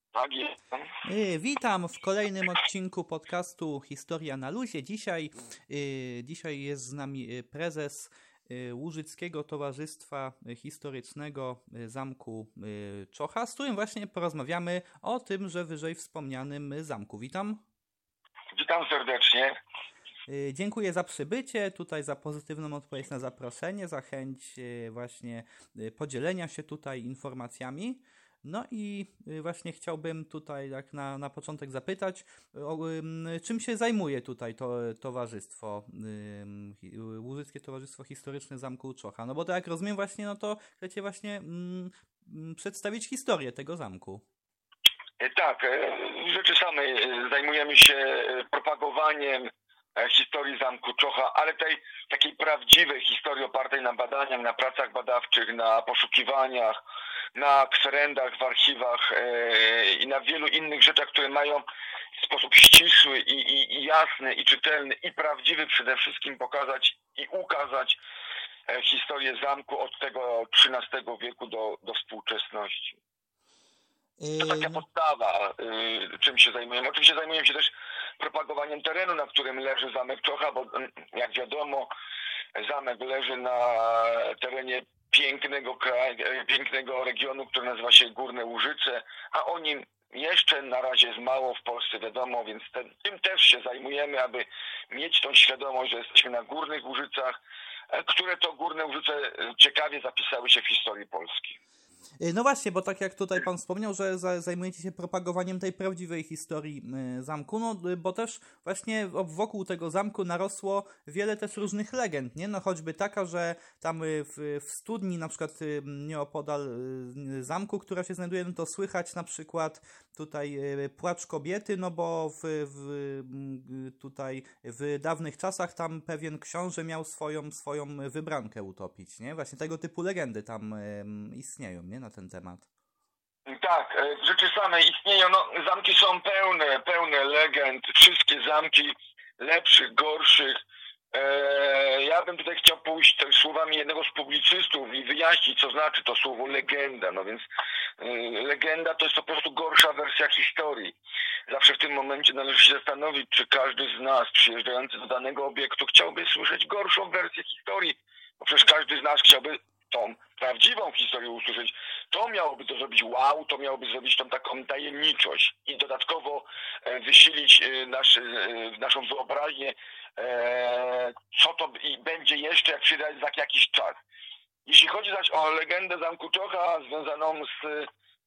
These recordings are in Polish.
Tak jest. Witam w kolejnym odcinku podcastu Historia na luzie. Dzisiaj jest z nami prezes Łużyckiego Towarzystwa Historycznego Zamku Czocha, z którym właśnie porozmawiamy o tymże wyżej wspomnianym zamku. Witam. Witam serdecznie. Dziękuję za przybycie, tutaj za pozytywną odpowiedź na zaproszenie, za chęć właśnie podzielenia się tutaj informacjami. No i właśnie chciałbym tutaj tak na początek zapytać, czym się zajmuje tutaj to towarzystwo, Łużyckie Towarzystwo Historyczne Zamku Czocha. No bo tak jak rozumiem właśnie, no to chcecie właśnie przedstawić historię tego zamku. Tak, w rzeczy samej zajmujemy się propagowaniem historii Zamku Czocha, ale tej takiej prawdziwej historii opartej na badaniach, na pracach badawczych, na poszukiwaniach, na kserendach w archiwach i na wielu innych rzeczach, które mają w sposób ścisły i jasny, i czytelny, i prawdziwy przede wszystkim pokazać i ukazać historię zamku od tego XIII wieku do współczesności. To taka podstawa, czym się zajmujemy. Oczywiście zajmujemy się też propagowaniem terenu, na którym leży Zamek Czocha, bo jak wiadomo, zamek leży na terenie pięknego regionu, który nazywa się Górne Łużyce, a o nim jeszcze na razie jest mało w Polsce wiadomo, więc tym też się zajmujemy, aby mieć tą świadomość, że jesteśmy na Górnych Łużycach, które to Górne Łużyce ciekawie zapisały się w historii Polski. No właśnie, bo tak jak tutaj pan wspomniał, że zajmujecie się propagowaniem tej prawdziwej historii zamku, no bo też właśnie wokół tego zamku narosło wiele też różnych legend, nie? No choćby taka, że tam w studni, na przykład nieopodal zamku, która się znajduje, no to słychać na przykład tutaj płacz kobiety, no bo tutaj w dawnych czasach tam pewien książę miał swoją wybrankę utopić, nie? Właśnie tego typu legendy tam istnieją, nie? Na ten temat. Tak, w rzeczy samej istnieją, no zamki są pełne legend, wszystkie zamki lepszych, gorszych. Ja bym tutaj chciał pójść słowami jednego z publicystów i wyjaśnić, co znaczy to słowo legenda. No więc legenda to jest po prostu gorsza wersja historii. Zawsze w tym momencie należy się zastanowić, czy każdy z nas przyjeżdżający do danego obiektu chciałby słyszeć gorszą wersję historii. Bo przecież każdy z nas chciałby tą prawdziwą historię usłyszeć. To miałoby to zrobić wow, to miałoby zrobić tą taką tajemniczość i dodatkowo wysilić naszą wyobraźnię, co to i będzie jeszcze, jak przyjdzie za jakiś czas. Jeśli chodzi zaś o legendę Zamku Czocha związaną z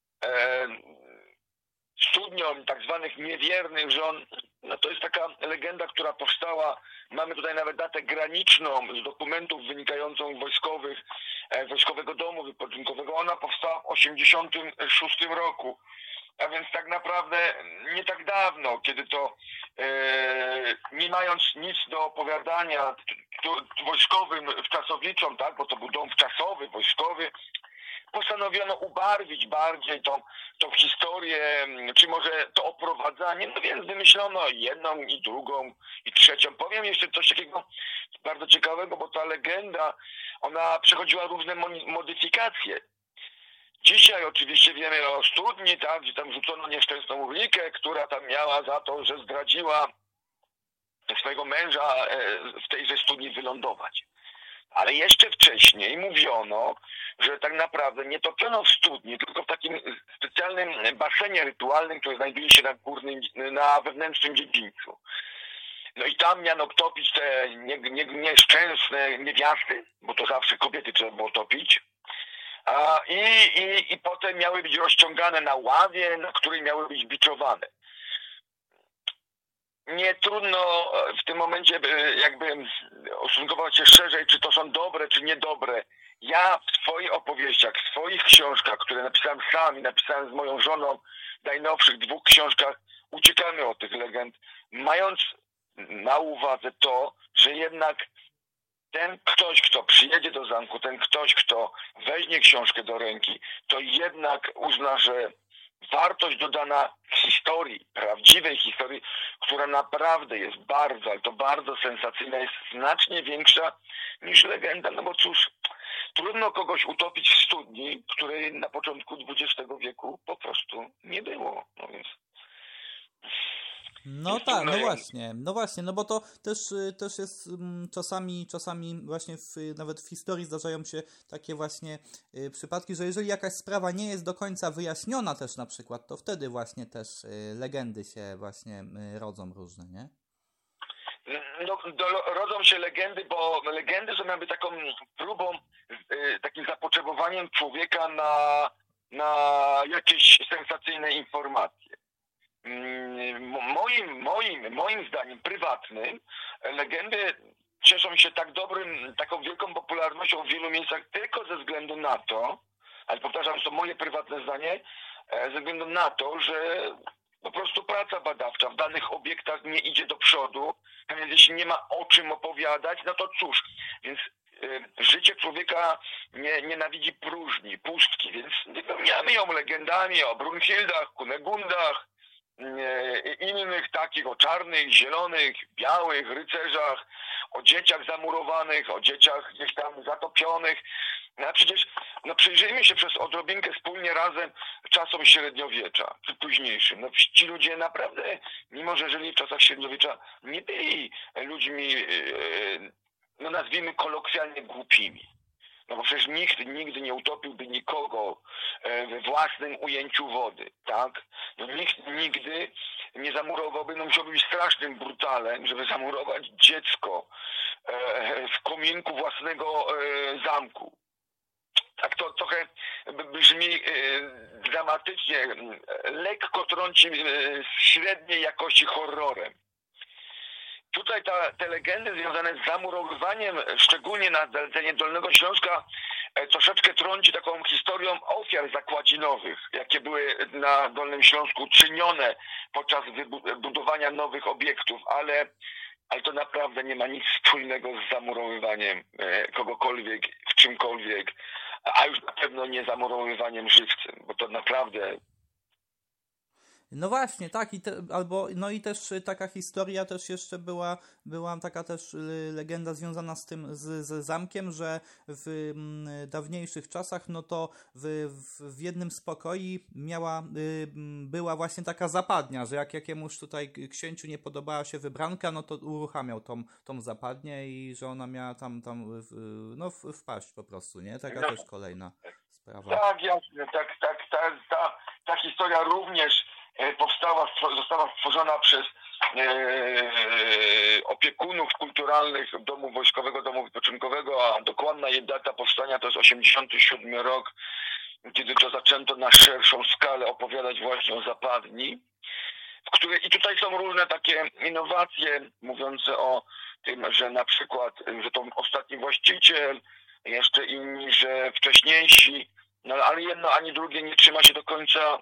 studnią tak zwanych niewiernych żon, no to jest taka legenda, która powstała, mamy tutaj nawet datę graniczną z dokumentów wynikającą Wojskowego Domu Wypoczynkowego. Ona powstała w 1986 roku, a więc tak naprawdę nie tak dawno, kiedy to nie mając nic do opowiadania wojskowym wczasowiczom, tak, bo to był dom wczasowy, wojskowy, postanowiono ubarwić bardziej tą historię, czy może to oprowadzanie, no więc wymyślono jedną i drugą i trzecią. Powiem jeszcze coś takiego bardzo ciekawego, bo ta legenda, ona przechodziła różne modyfikacje. Dzisiaj oczywiście wiemy o studni, tak, gdzie tam rzucono nieszczęsną Urlikę, która tam miała za to, że zdradziła swojego męża w tejże studni wylądować. Ale jeszcze wcześniej mówiono, że tak naprawdę nie topiono w studni, tylko w takim specjalnym basenie rytualnym, który znajduje się na wewnętrznym dziedzińcu. No i tam miano topić te nieszczęsne niewiasty, bo to zawsze kobiety trzeba było topić. I potem miały być rozciągane na ławie, na której miały być biczowane. Nie trudno w tym momencie jakby ustosunkować się szerzej, czy to są dobre, czy niedobre. Ja w swoich opowieściach, w swoich książkach, które napisałem sam i napisałem z moją żoną w najnowszych 2 książkach, uciekamy od tych legend, mając na uwadze to, że jednak ten ktoś, kto przyjedzie do zamku, ten ktoś, kto weźmie książkę do ręki, to jednak uzna, że wartość dodana historii, prawdziwej historii, która naprawdę jest bardzo, ale to bardzo sensacyjna, jest znacznie większa niż legenda. No bo cóż, Trudno kogoś utopić w studni, której na początku XX wieku po prostu nie było. No więc... No tak, no właśnie, no bo to też jest czasami właśnie nawet w historii zdarzają się takie właśnie przypadki, że jeżeli jakaś sprawa nie jest do końca wyjaśniona też na przykład, to wtedy właśnie też legendy się właśnie rodzą różne, nie? No, rodzą się legendy, bo legendy są jakby taką próbą, takim zapotrzebowaniem człowieka na jakieś sensacyjne informacje. Moim zdaniem prywatnym legendy cieszą się taką wielką popularnością w wielu miejscach tylko ze względu na to, ale powtarzam, to moje prywatne zdanie, ze względu na to, że po prostu praca badawcza w danych obiektach nie idzie do przodu, a więc jeśli nie ma o czym opowiadać, no to cóż, więc życie człowieka nienawidzi próżni, pustki, więc wypełniamy ją legendami o Brunhildach, Kunegundach, innych takich, o czarnych, zielonych, białych rycerzach, o dzieciach zamurowanych, o dzieciach gdzieś tam zatopionych. No a przecież przyjrzyjmy się przez odrobinkę wspólnie razem czasom średniowiecza, czy późniejszym. No ci ludzie naprawdę, mimo że żyli w czasach średniowiecza, nie byli ludźmi, no nazwijmy kolokwialnie głupimi. No bo przecież nikt nigdy nie utopiłby nikogo we własnym ujęciu wody, tak? No nikt nigdy nie zamurowałby, no musiałby być strasznym brutalem, żeby zamurować dziecko w kominku własnego zamku. Tak to trochę brzmi dramatycznie, lekko trąci średniej jakości horrorem. Tutaj te legendy związane z zamurowywaniem, szczególnie na terenie Dolnego Śląska, troszeczkę trąci taką historią ofiar zakładzinowych, jakie były na Dolnym Śląsku czynione podczas budowania nowych obiektów, ale to naprawdę nie ma nic wspólnego z zamurowywaniem kogokolwiek w czymkolwiek, a już na pewno nie zamurowywaniem żywcem, bo to naprawdę... No właśnie, tak, no i też taka historia też jeszcze była taka też legenda związana z tym, z zamkiem, że w dawniejszych czasach, no to w jednym z pokoi była właśnie taka zapadnia, że jak jakiemuś tutaj księciu nie podobała się wybranka, no to uruchamiał tą zapadnię i że ona miała tam wpaść po prostu, nie? Taka też kolejna sprawa. Tak, jasne, ta historia również została stworzona przez opiekunów kulturalnych Domu Wojskowego, Domu Wypoczynkowego, a dokładna jej data powstania to jest 87 rok, kiedy to zaczęto na szerszą skalę opowiadać właśnie o zapadni, i tutaj są różne takie innowacje mówiące o tym, że na przykład, że to ostatni właściciel, jeszcze inni, że wcześniejsi, no ale jedno ani drugie nie trzyma się do końca,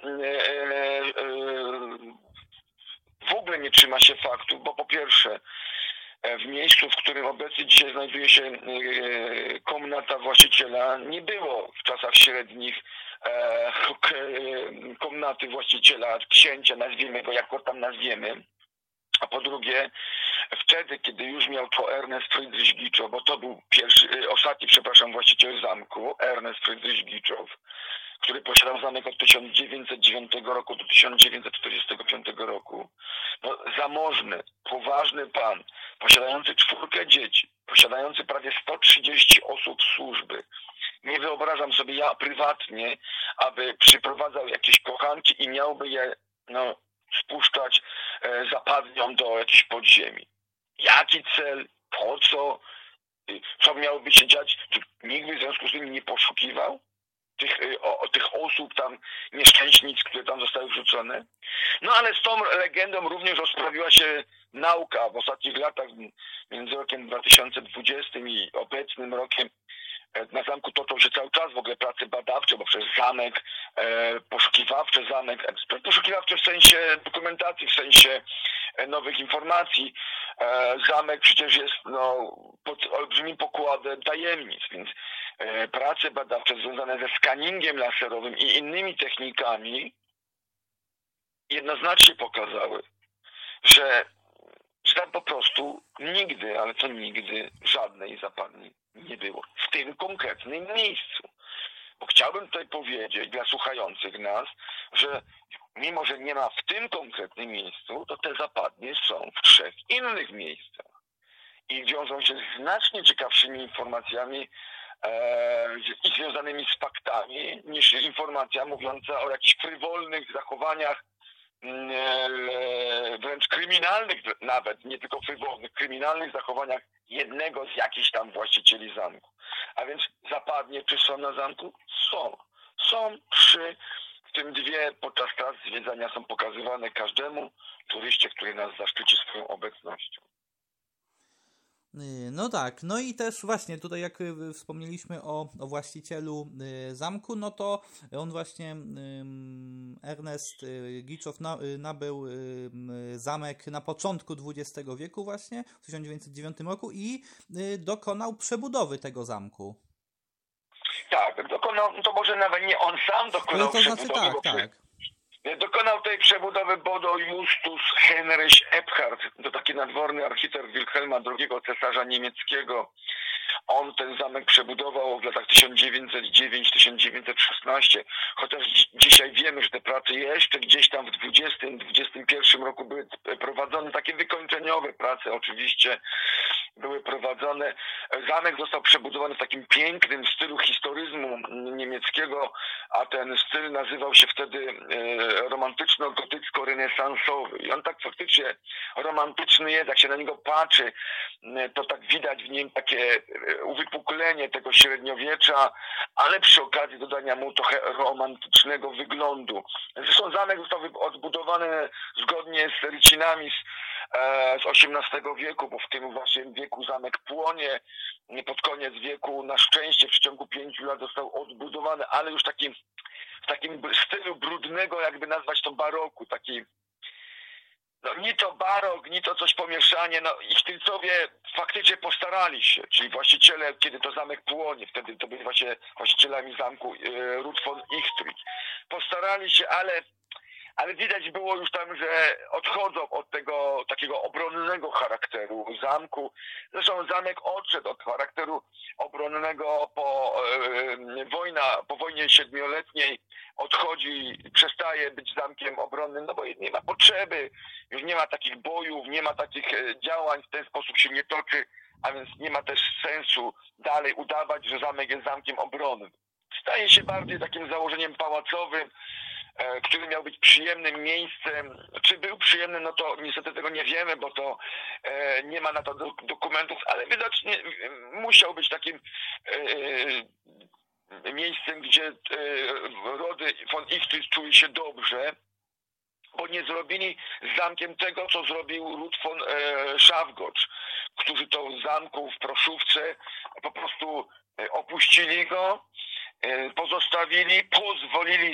w ogóle nie trzyma się faktów, bo po pierwsze w miejscu, w którym obecnie dzisiaj znajduje się komnata właściciela, nie było w czasach średnich komnaty właściciela, księcia, nazwijmy go, jak go tam nazwiemy. A po drugie, wtedy, kiedy już miał to Ernest Friedrich Giczow, bo to był ostatni właściciel zamku, Ernest Friedrich Giczow, który posiadał zamek od 1909 roku do 1945 roku. No, zamożny, poważny pan, posiadający 4 dzieci, posiadający prawie 130 osób służby. Nie wyobrażam sobie ja prywatnie, aby przyprowadzał jakieś kochanki i miałby je spuszczać zapadnią do jakichś podziemi. Jaki cel? Po co? Co miałoby się dziać? Czy nikt by w związku z tym nie poszukiwał tych osób tam, nieszczęśnic, które tam zostały wrzucone? No ale z tą legendą również rozprawiła się nauka w ostatnich latach, między rokiem 2020 i obecnym rokiem. Na zamku toczą się cały czas w ogóle prace badawcze, bo przez zamek, poszukiwawcze w sensie dokumentacji, w sensie nowych informacji. Zamek przecież jest pod olbrzymim pokładem tajemnic, więc prace badawcze związane ze skaningiem laserowym i innymi technikami jednoznacznie pokazały, że że tam po prostu nigdy, ale to nigdy żadnej zapadni nie było. W tym konkretnym miejscu. Bo chciałbym tutaj powiedzieć dla słuchających nas, że mimo, że nie ma w tym konkretnym miejscu, to te zapadnie są w 3 innych miejscach. I wiążą się z znacznie ciekawszymi informacjami i związanymi z faktami, niż informacja mówiąca o jakichś frywolnych zachowaniach, wręcz kryminalnych nawet, nie tylko frywolnych, kryminalnych zachowaniach jednego z jakichś tam właścicieli zamku. A więc zapadnie czy są na zamku? Są. Są 3, w tym 2 podczas tras zwiedzania są pokazywane każdemu turyście, który nas zaszczyci swoją obecnością. No tak, no i też właśnie tutaj jak wspomnieliśmy o właścicielu zamku, no to on właśnie, Ernest Giczow nabył zamek na początku XX wieku właśnie, w 1909 roku i dokonał przebudowy tego zamku. Tak, dokonał, to może nawet nie on sam dokonał przebudowy. Tak. Dokonał tej przebudowy Bodo Justus Heinrich Ebhard, to taki nadworny architekt Wilhelma II, cesarza niemieckiego. On ten zamek przebudował w latach 1909-1916, chociaż dzisiaj wiemy, że te prace jeszcze gdzieś tam w 20-21 roku były prowadzone, takie wykończeniowe prace oczywiście były prowadzone. Zamek został przebudowany w takim pięknym stylu historyzmu niemieckiego, a ten styl nazywał się wtedy romantyczno-gotycko-renesansowy. I on tak faktycznie romantyczny jest, jak się na niego patrzy, to tak widać w nim takie uwypuklenie tego średniowiecza, ale przy okazji dodania mu trochę romantycznego wyglądu. Zresztą zamek został odbudowany zgodnie z rycinami z XVIII wieku, bo w tym właśnie wieku zamek płonie. Pod koniec wieku, na szczęście, w przeciągu 5 lat został odbudowany, ale już w takim stylu brudnego, jakby nazwać to baroku, taki ni to barok, ni to coś pomieszanie, ich tylcowie faktycznie postarali się, czyli właściciele, kiedy to zamek płonie, wtedy to byli właśnie właścicielami zamku Ruth von Ichtryk. Postarali się, ale widać było już tam, że odchodzą od tego takiego obronnego charakteru zamku. Zresztą zamek odszedł od charakteru obronnego po wojnie 7-letniej, odchodzi, przestaje być zamkiem obronnym, no bo nie ma potrzeby, już nie ma takich bojów, nie ma takich działań, w ten sposób się nie toczy, a więc nie ma też sensu dalej udawać, że zamek jest zamkiem obronnym. Staje się bardziej takim założeniem pałacowym, który miał być przyjemnym miejscem. Czy był przyjemny, no to niestety tego nie wiemy, bo to nie ma na to dokumentów, ale widocznie musiał być takim miejscem, gdzie rody von Ichtryk czuły się dobrze, bo nie zrobili z zamkiem tego, co zrobił Ruth von Schafgotsch, którzy to w zamku w Proszówce po prostu opuścili go, pozostawili, pozwolili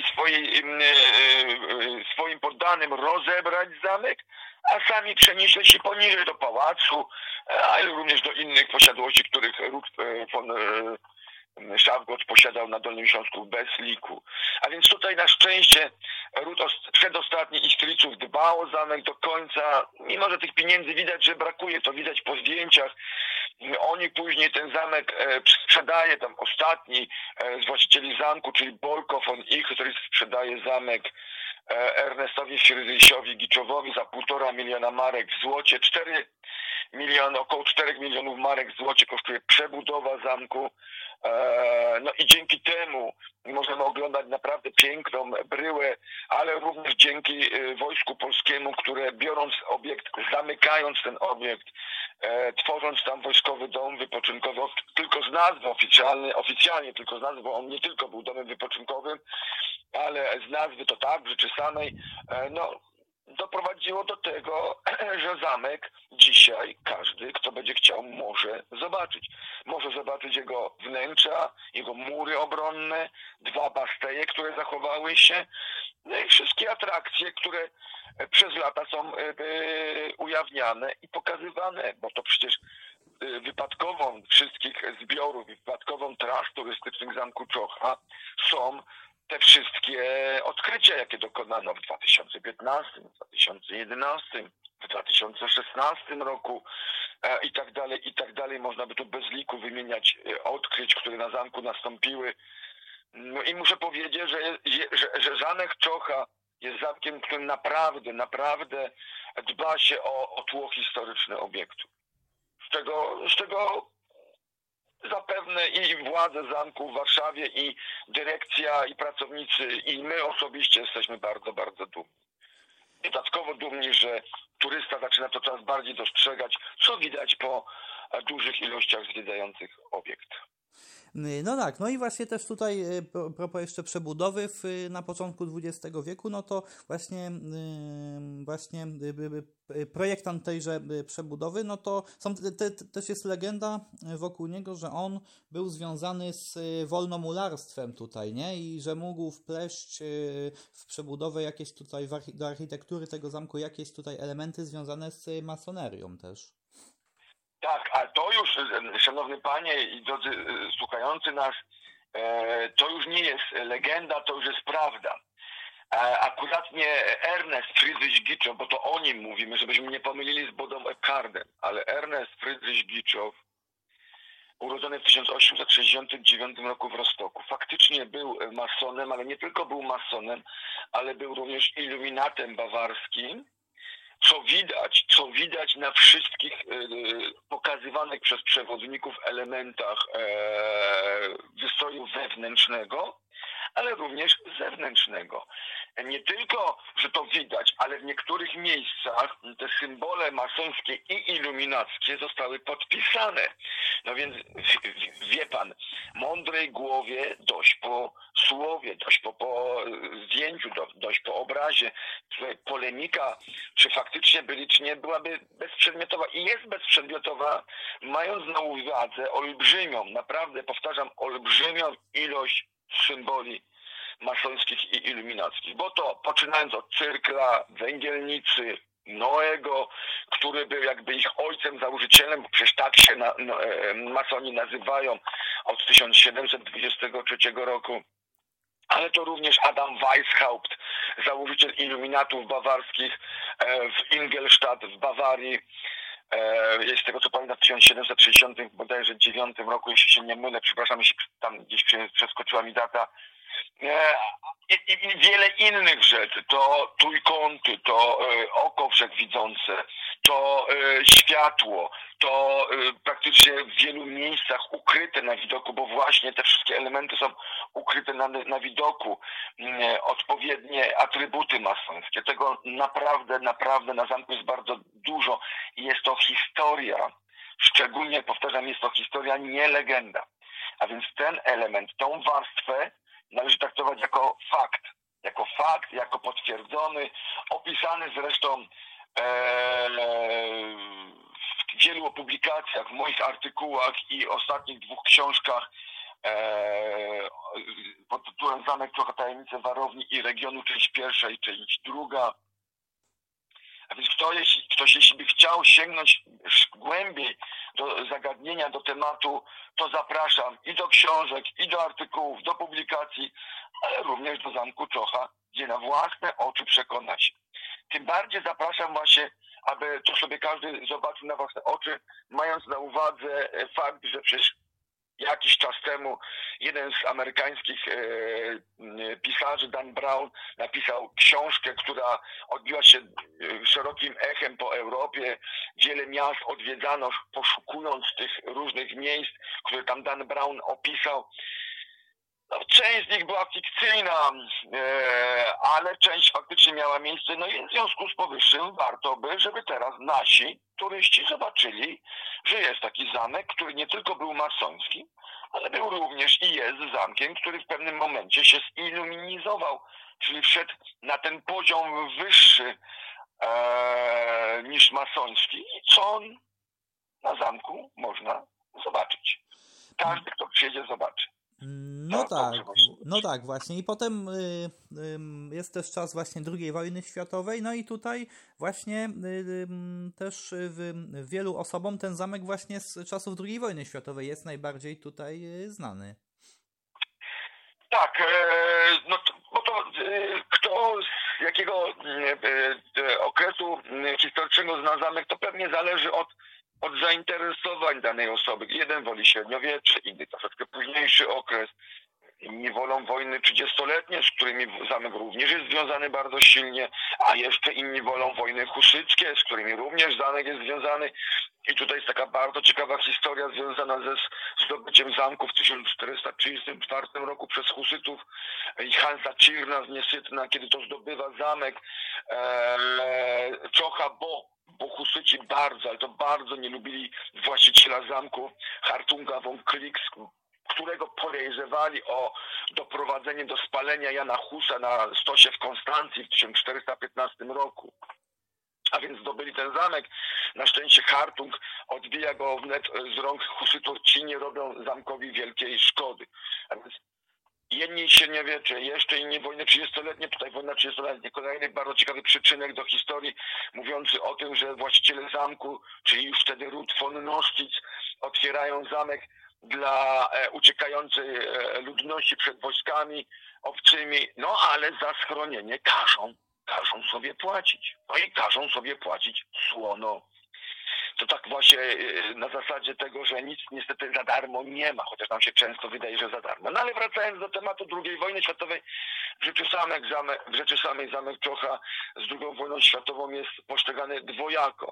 swoim poddanym rozebrać zamek, a sami przenieśli się poniżej do pałacu, ale również do innych posiadłości, których Ruth von Schafgotsch posiadał na Dolnym Śląsku bez liku. A więc tutaj na szczęście przedostatni Ichtryców dbał o zamek do końca, mimo że tych pieniędzy widać, że brakuje, to widać po zdjęciach. Oni później ten zamek sprzedaje, tam ostatni z właścicieli zamku, czyli Bolko von Ichtryk sprzedaje zamek Ernestowi Friedrichowi Giczowowi za 1,5 miliona marek w złocie. Około 4 milionów marek w złocie kosztuje przebudowa zamku. No i dzięki temu możemy oglądać naprawdę piękną bryłę, ale również dzięki Wojsku Polskiemu, które biorąc obiekt, zamykając ten obiekt, tworząc tam wojskowy dom wypoczynkowy, tylko z nazwy oficjalnie tylko z nazwy, on nie tylko był domem wypoczynkowym, ale z nazwy to tak, w rzeczy samej, doprowadziło do tego, że zamek dzisiaj każdy, kto będzie chciał, może zobaczyć. Może zobaczyć jego wnętrza, jego mury obronne, 2 basteje, które zachowały się, no i wszystkie atrakcje, które przez lata są ujawniane i pokazywane, bo to przecież wypadkową wszystkich zbiorów i wypadkową tras turystycznych Zamku Czocha są te wszystkie odkrycia, jakie dokonano w 2015, w 2011, w 2012 2016 roku i tak dalej. Można by tu bez liku wymieniać odkryć, które na zamku nastąpiły. No i muszę powiedzieć, że zamek Czocha jest zamkiem, którym naprawdę dba się o tło historyczne obiektu. Z czego zapewne i władze zamku w Warszawie, i dyrekcja, i pracownicy, i my osobiście jesteśmy bardzo, bardzo dumni. Dodatkowo dumni, że turysta zaczyna to coraz bardziej dostrzegać, co widać po dużych ilościach zwiedzających obiekt. No tak, no i właśnie też tutaj propos jeszcze przebudowy na początku XX wieku, no to właśnie projektant tejże przebudowy, no to też jest legenda wokół niego, że on był związany z wolnomularstwem tutaj, nie? I że mógł wpleść w przebudowę jakieś tutaj, do architektury tego zamku jakieś tutaj elementy związane z masonerią też. Tak, a to już, szanowny panie i drodzy słuchający nas, to już nie jest legenda, to już jest prawda. Akurat nie Ernest Friedrich Gitschow, bo to o nim mówimy, żebyśmy nie pomylili z Bodą Eckardem, ale Ernest Friedrich Gitschow, urodzony w 1869 roku w Rostoku, faktycznie był masonem, ale nie tylko był masonem, ale był również iluminatem bawarskim, co widać na wszystkich pokazywanych przez przewodników elementach wystroju wewnętrznego, ale również zewnętrznego. Nie tylko, że to widać, ale w niektórych miejscach te symbole masońskie i iluminackie zostały podpisane. No więc wie pan, mądrej głowie dość po słowie, dość po zdjęciu, dość po obrazie. Polemika, czy faktycznie byli, czy nie, byłaby bezprzedmiotowa i jest bezprzedmiotowa, mając na uwadze olbrzymią, naprawdę powtarzam, olbrzymią ilość symboli masońskich i iluminackich. Bo to poczynając od Cyrkla, Węgielnicy, Noego, który był jakby ich ojcem, założycielem, bo przecież tak się masoni nazywają od 1723 roku. Ale to również Adam Weishaupt, założyciel iluminatów bawarskich w Ingolstadt w Bawarii. Jest z tego co pamiętam w 1760 bodajże 9 roku, jeśli się nie mylę, przepraszam, jeśli tam gdzieś przeskoczyła mi data. I wiele innych rzeczy, to trójkąty, to oko wszechwidzące, to światło, to praktycznie w wielu miejscach ukryte na widoku, bo właśnie te wszystkie elementy są ukryte na widoku, odpowiednie atrybuty masońskie. Tego naprawdę na zamku jest bardzo dużo i jest to historia, szczególnie powtarzam, jest to historia, nie legenda. A więc ten element, tą warstwę należy traktować jako fakt, jako potwierdzony, opisany zresztą w wielu publikacjach, w moich artykułach i ostatnich 2 książkach pod tytułem Zamek Czocha, tajemnice warowni i regionu, część 1 i część 2. A więc ktoś jeśli by chciał sięgnąć głębiej do zagadnienia, do tematu, to zapraszam i do książek, i do artykułów, do publikacji, ale również do Zamku Czocha, gdzie na własne oczy przekona się. Tym bardziej zapraszam właśnie, aby to sobie każdy zobaczył na własne oczy, mając na uwadze fakt, że przecież jakiś czas temu jeden z amerykańskich pisarzy, Dan Brown, napisał książkę, która odbiła się szerokim echem po Europie. Wiele miast odwiedzano, poszukując tych różnych miejsc, które tam Dan Brown opisał. No, część z nich była fikcyjna, ale część faktycznie miała miejsce. No i w związku z powyższym warto by, żeby teraz nasi turyści zobaczyli, że jest taki zamek, który nie tylko był masoński, ale był również i jest zamkiem, który w pewnym momencie się ziluminizował, czyli wszedł na ten poziom wyższy niż masoński, co na zamku można zobaczyć. Każdy, kto przyjedzie, zobaczy. No tak, właśnie. I potem jest też czas właśnie II wojny światowej, no i tutaj właśnie też wielu osobom ten zamek właśnie z czasów II wojny światowej jest najbardziej tutaj znany. Tak, no bo to kto z jakiego okresu historycznego zna zamek, to pewnie zależy od zainteresowań danej osoby. Jeden woli średniowiecze, inny troszeczkę późniejszy okres. Inni wolą wojny 30-letnie, z którymi zamek również jest związany bardzo silnie, a jeszcze inni wolą wojny husyckie, z którymi również zamek jest związany. I tutaj jest taka bardzo ciekawa historia związana ze zdobyciem zamku w 1434 roku przez Husytów i Hansa Cirna z Niesytna, kiedy to zdobywa zamek Czocha, bo Husyci bardzo, ale to bardzo nie lubili właściciela zamku Hartunga von Klix, którego podejrzewali o doprowadzenie do spalenia Jana Husa na stosie w Konstancji w 1415 roku. A więc zdobyli ten zamek. Na szczęście Hartung odbija go wnet z rąk Husytów, ci nie robią zamkowi wielkiej szkody. A więc jedni średniowiecze, jeszcze inni wojny 30-letnie, tutaj wojna 30-letnia, kolejny bardzo ciekawy przyczynek do historii, mówiący o tym, że właściciele zamku, czyli już wtedy ród von Noszkic, otwierają zamek dla uciekającej ludności przed wojskami obcymi, no ale za schronienie każą sobie płacić. No i każą sobie płacić słono. To tak właśnie na zasadzie tego, że nic niestety za darmo nie ma, chociaż nam się często wydaje, że za darmo. No ale wracając do tematu II wojny światowej, w rzeczy samej zamek Czocha z II wojną światową jest postrzegany dwojako.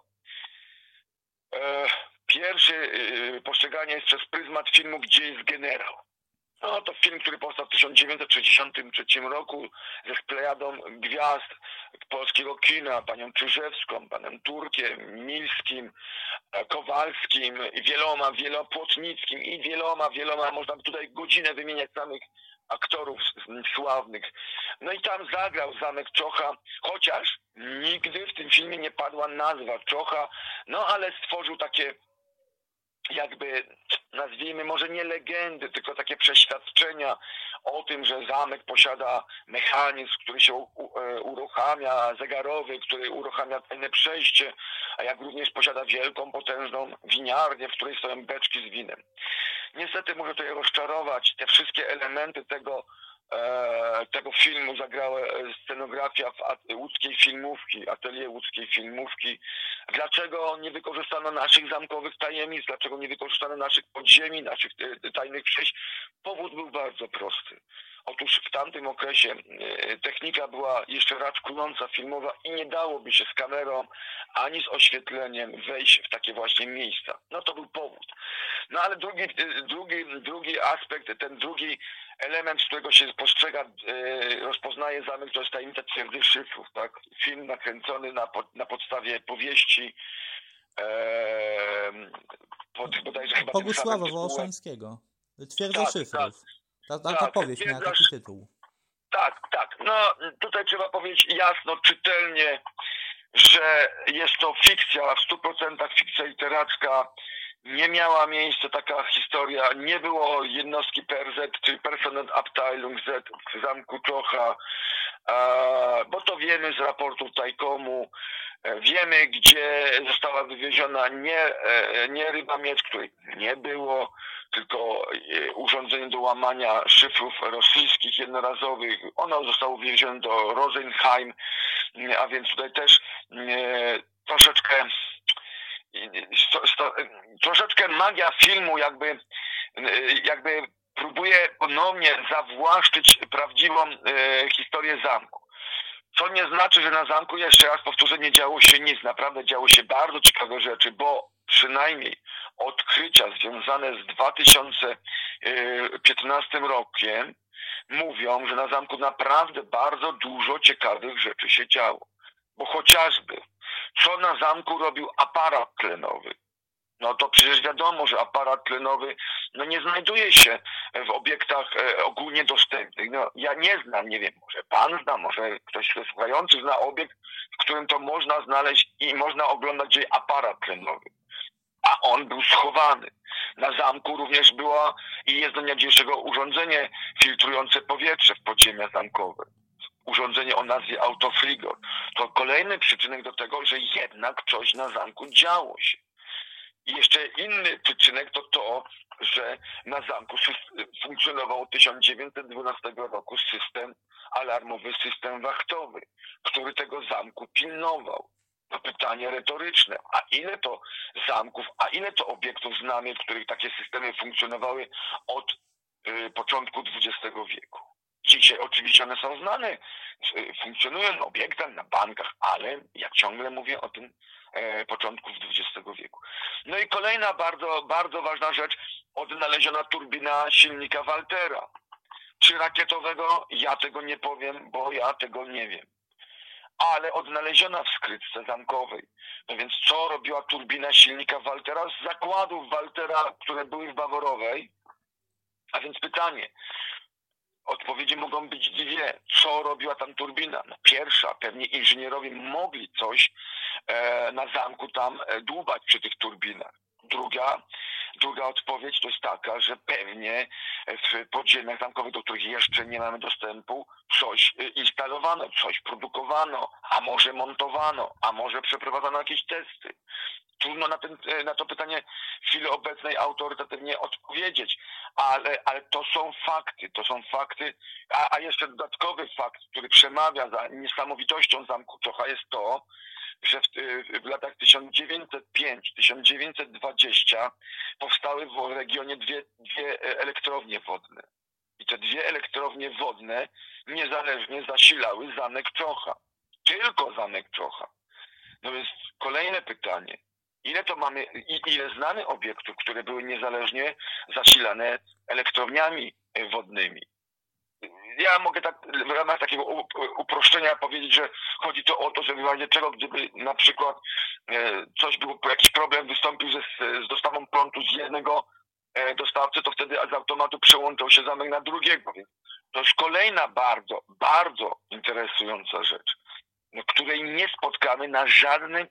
Pierwszy postrzeganie jest przez pryzmat filmu Gdzie jest generał? No to film, który powstał w 1963 roku ze plejadą gwiazd polskiego kina, panią Czyżewską, panem Turkiem, Milskim, Kowalskim, Wielopłotnickim i wieloma, można by tutaj godzinę wymieniać samych aktorów sławnych. No i tam zagrał zamek Czocha, chociaż nigdy w tym filmie nie padła nazwa Czocha, no ale stworzył takie jakby, nazwijmy może nie legendy, tylko takie przeświadczenia o tym, że zamek posiada mechanizm, który się uruchamia, zegarowy, który uruchamia tajne przejście, a jak również posiada wielką, potężną winiarnię, w której stoją beczki z winem. Niestety muszę tutaj rozczarować, te wszystkie elementy tego filmu zagrała scenografia łódzkiej filmówki, atelier łódzkiej filmówki. Dlaczego nie wykorzystano naszych zamkowych tajemnic? Dlaczego nie wykorzystano naszych podziemi, naszych tajnych przejść? Powód był bardzo prosty. Otóż w tamtym okresie technika była jeszcze raczkująca, filmowa i nie dałoby się z kamerą ani z oświetleniem wejść w takie właśnie miejsca. No to był powód. No ale drugi aspekt, ten drugi element, z którego się postrzega, rozpoznaje zamek, to jest tajemnica twierdzy szyfrów, tak? Film nakręcony na podstawie powieści bodajże chyba Bogusława Wołoszańskiego. Twierdza szyfrów. Ta powieść miała taki tytuł. Tak. No tutaj trzeba powiedzieć jasno, czytelnie, że jest to fikcja, w 100% fikcja literacka. Nie miała miejsca taka historia, nie było jednostki PRZ, czyli Personenabteilung Z w zamku Czocha, bo to wiemy z raportu Tajkomu, wiemy, gdzie została wywieziona nie ryba miecz, której nie było, tylko urządzenie do łamania szyfrów rosyjskich jednorazowych. Ono zostało wywiezione do Rosenheim, a więc tutaj też troszeczkę magia filmu jakby próbuje ponownie zawłaszczyć prawdziwą historię zamku. Co nie znaczy, że na zamku, jeszcze raz powtórzę, nie działo się nic. Naprawdę działo się bardzo ciekawe rzeczy, bo przynajmniej odkrycia związane z 2015 rokiem mówią, że na zamku naprawdę bardzo dużo ciekawych rzeczy się działo. Bo chociażby, co na zamku robił aparat tlenowy? No to przecież wiadomo, że aparat tlenowy nie znajduje się w obiektach ogólnie dostępnych. No, ja nie znam, nie wiem, może pan zna, może ktoś słuchający zna obiekt, w którym to można znaleźć i można oglądać jej aparat tlenowy. A on był schowany. Na zamku również było i jest do dnia dzisiejszego urządzenie filtrujące powietrze w podziemia zamkowe. Urządzenie o nazwie autofrigor. To kolejny przyczynek do tego, że jednak coś na zamku działo się. I jeszcze inny przyczynek to to, że na zamku funkcjonował od 1912 roku system alarmowy, system wachtowy, który tego zamku pilnował. No pytanie retoryczne, a ile to zamków, a ile to obiektów znamy, w których takie systemy funkcjonowały od początku XX wieku? Dzisiaj oczywiście one są znane, funkcjonują na obiektach, na bankach, ale ja ciągle mówię o tym początku XX wieku. No i kolejna bardzo, bardzo ważna rzecz, odnaleziona turbina silnika Waltera. Czy rakietowego? Ja tego nie powiem, bo ja tego nie wiem. Ale odnaleziona w skrytce zamkowej. No więc co robiła turbina silnika Waltera z zakładów Waltera, które były w Baworowej? A więc pytanie, odpowiedzi mogą być dwie. Co robiła tam turbina? No pierwsza, pewnie inżynierowie mogli coś na zamku tam dłubać przy tych turbinach. Druga odpowiedź to jest taka, że pewnie w podziemiach zamkowych, do których jeszcze nie mamy dostępu, coś instalowano, coś produkowano, a może montowano, a może przeprowadzano jakieś testy. Trudno na to pytanie w chwili obecnej autorytatywnie odpowiedzieć, ale to są fakty, a jeszcze dodatkowy fakt, który przemawia za niesamowitością zamku Czocha jest to, że w latach 1905-1920 powstały w regionie dwie elektrownie wodne. I te dwie elektrownie wodne niezależnie zasilały zamek Czocha. Tylko zamek Czocha. No więc kolejne pytanie. Ile znamy obiektów, które były niezależnie zasilane elektrowniami wodnymi? Ja mogę tak w ramach takiego uproszczenia powiedzieć, że chodzi to o to, że w razie czego, gdyby na przykład jakiś problem wystąpił z dostawą prądu z jednego dostawcy, to wtedy z automatu przełączał się zamek na drugiego. Więc to jest kolejna bardzo, bardzo interesująca rzecz, której nie spotkamy na żadnym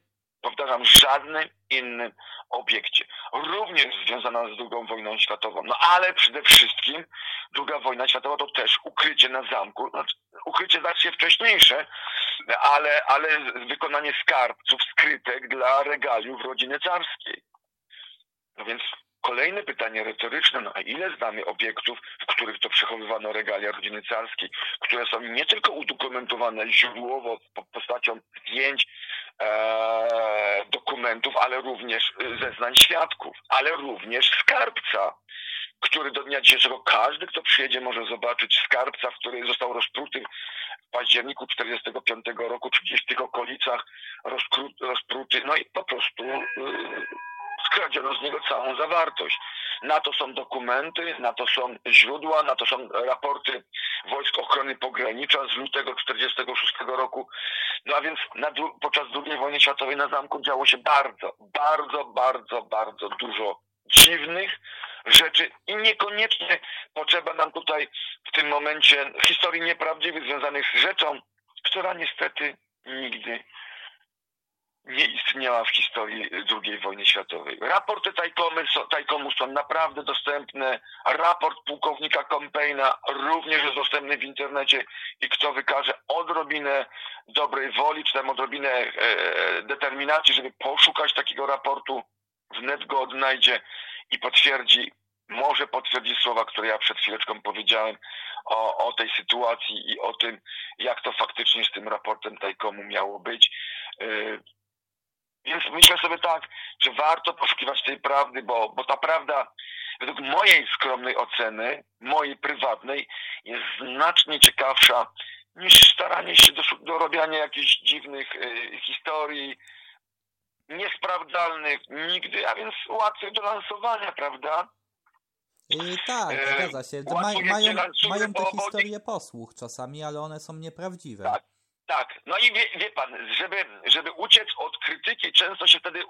innym obiekcie. Również związana z II wojną światową. No ale przede wszystkim II wojna światowa to też ukrycie na zamku. Ukrycie znacznie wcześniejsze, ale wykonanie skarbców, skrytek dla regaliów rodziny carskiej. No więc kolejne pytanie retoryczne, no a ile znamy obiektów, w których to przechowywano regalia rodziny carskiej, które są nie tylko udokumentowane źródłowo postacią zdjęć, dokumentów, ale również zeznań świadków, ale również skarbca, który do dnia dzisiejszego każdy, kto przyjedzie, może zobaczyć skarbca, w której został rozpruty w październiku 1945 roku, czy gdzieś w tych okolicach rozpruty, no i po prostu skradziono z niego całą zawartość. Na to są dokumenty, na to są źródła, na to są raporty Wojsk Ochrony Pogranicza z lutego 1946 roku. No a więc podczas II wojny światowej na zamku działo się bardzo, bardzo, bardzo, bardzo dużo dziwnych rzeczy i niekoniecznie potrzeba nam tutaj w tym momencie historii nieprawdziwych związanych z rzeczą, która niestety nigdy nie istniała w historii II wojny światowej. Raporty Tajkomu są naprawdę dostępne. Raport pułkownika Kompejna również jest dostępny w internecie i kto wykaże odrobinę dobrej woli, czy tam odrobinę determinacji, żeby poszukać takiego raportu, wnet go odnajdzie i może potwierdzić słowa, które ja przed chwileczką powiedziałem o tej sytuacji i o tym, jak to faktycznie z tym raportem Tajkomu miało być. Więc myślę sobie tak, że warto poszukiwać tej prawdy, bo ta prawda według mojej skromnej oceny, mojej prywatnej, jest znacznie ciekawsza niż staranie się do robienia jakichś dziwnych historii, niesprawdzalnych nigdy, a więc łatwych do lansowania, prawda? Tak, zgadza się. Mają te historie posłuch czasami, ale one są nieprawdziwe. Tak. No i wie pan, żeby uciec od krytyki, często się wtedy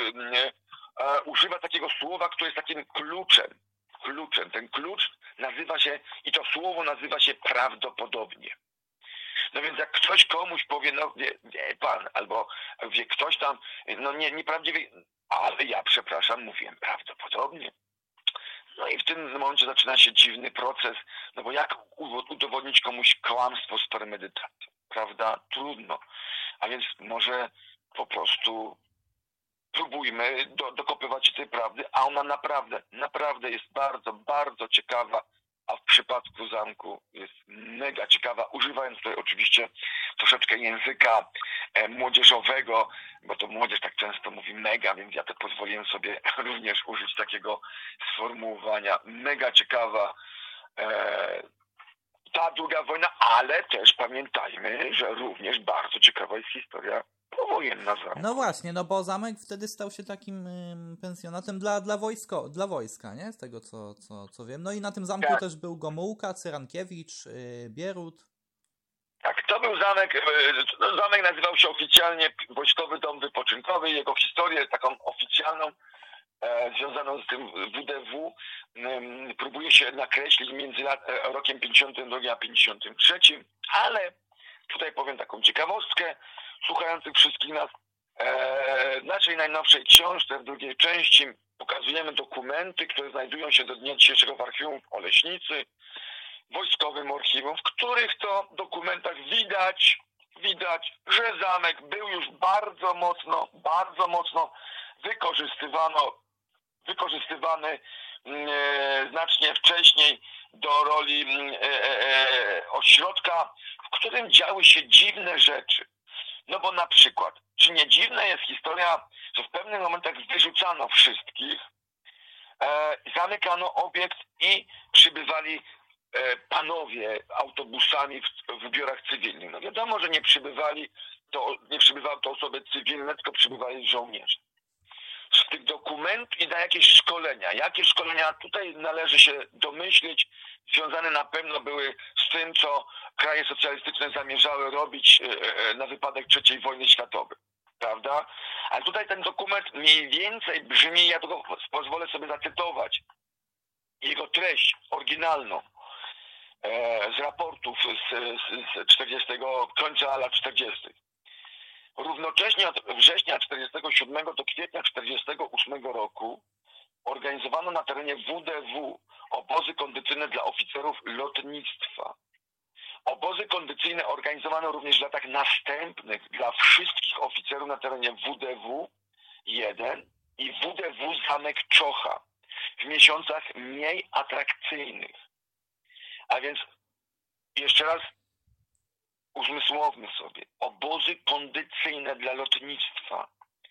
używa takiego słowa, które jest takim kluczem. Ten klucz nazywa się, i to słowo nazywa się prawdopodobnie. No więc jak ktoś komuś powie, no wie pan, albo wie ktoś tam, no nieprawdziwie, ale ja przepraszam, mówiłem prawdopodobnie. No i w tym momencie zaczyna się dziwny proces, no bo jak udowodnić komuś kłamstwo z premedytacją, prawda? Trudno. A więc może po prostu próbujmy dokopywać się tej prawdy, a ona naprawdę jest bardzo, bardzo ciekawa, a w przypadku zamku jest mega ciekawa, używając tutaj oczywiście troszeczkę języka młodzieżowego, bo to młodzież tak często mówi mega, więc ja to pozwoliłem sobie również użyć takiego sformułowania. Mega ciekawa ta druga wojna, ale też pamiętajmy, że również bardzo ciekawa jest historia powojenna zamku. No właśnie, no bo zamek wtedy stał się takim pensjonatem dla wojska, nie? Z tego co wiem. No i na tym zamku też był Gomułka, Cyrankiewicz, Bierut. Tak, to był zamek, zamek nazywał się oficjalnie Wojskowy Dom Wypoczynkowy. Jego historię taką oficjalną, związaną z tym WDW, próbuje się nakreślić między rokiem 52 a 53, ale tutaj powiem taką ciekawostkę słuchających wszystkich nas. W naszej najnowszej książce, w drugiej części, pokazujemy dokumenty, które znajdują się do dnia dzisiejszego w archiwum w Oleśnicy, wojskowym archiwum, w których to dokumentach widać, że zamek był już bardzo mocno wykorzystywany znacznie wcześniej do roli ośrodka, w którym działy się dziwne rzeczy. No bo na przykład, czy nie dziwna jest historia, że w pewnych momentach wyrzucano wszystkich, zamykano obiekt i przybywali panowie autobusami w ubiorach cywilnych. No wiadomo, że nie przybywały to osoby cywilne, tylko przybywali żołnierze. Z tych dokumentów i na jakieś szkolenia. Jakie szkolenia tutaj należy się domyślić, związane na pewno były z tym, co kraje socjalistyczne zamierzały robić na wypadek III wojny światowej. Prawda? Ale tutaj ten dokument mniej więcej brzmi, ja tylko pozwolę sobie zacytować jego treść oryginalną z raportów z 40, końca lat 40. Równocześnie od września 47 do kwietnia 48 roku organizowano na terenie WDW obozy kondycyjne dla oficerów lotnictwa. Obozy kondycyjne organizowano również w latach następnych dla wszystkich oficerów na terenie WDW-1 i WDW Zamek Czocha w miesiącach mniej atrakcyjnych. A więc jeszcze raz uzmysłowmy sobie. Obozy kondycyjne dla lotnictwa.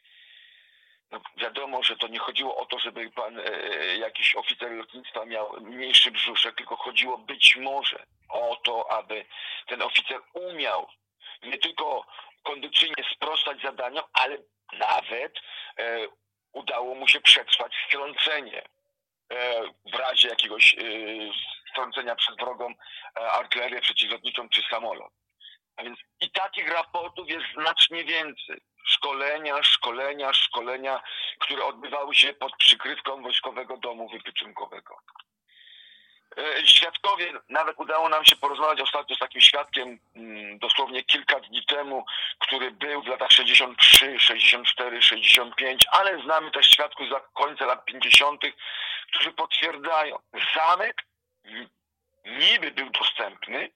No, wiadomo, że to nie chodziło o to, żeby jakiś oficer lotnictwa miał mniejszy brzuszek, tylko chodziło być może o to, aby ten oficer umiał nie tylko kondycyjnie sprostać zadaniom, ale nawet udało mu się przetrwać strącenie w razie jakiegoś strącenia przez wrogą artylerię przeciwlotniczą czy samolot. A więc i takich raportów jest znacznie więcej. Szkolenia, które odbywały się pod przykrywką Wojskowego Domu Wypoczynkowego. Świadkowie, nawet udało nam się porozmawiać ostatnio z takim świadkiem dosłownie kilka dni temu, który był w latach 63, 64, 65, ale znamy też świadków z końca lat 50., którzy potwierdzają, zamek niby był dostępny,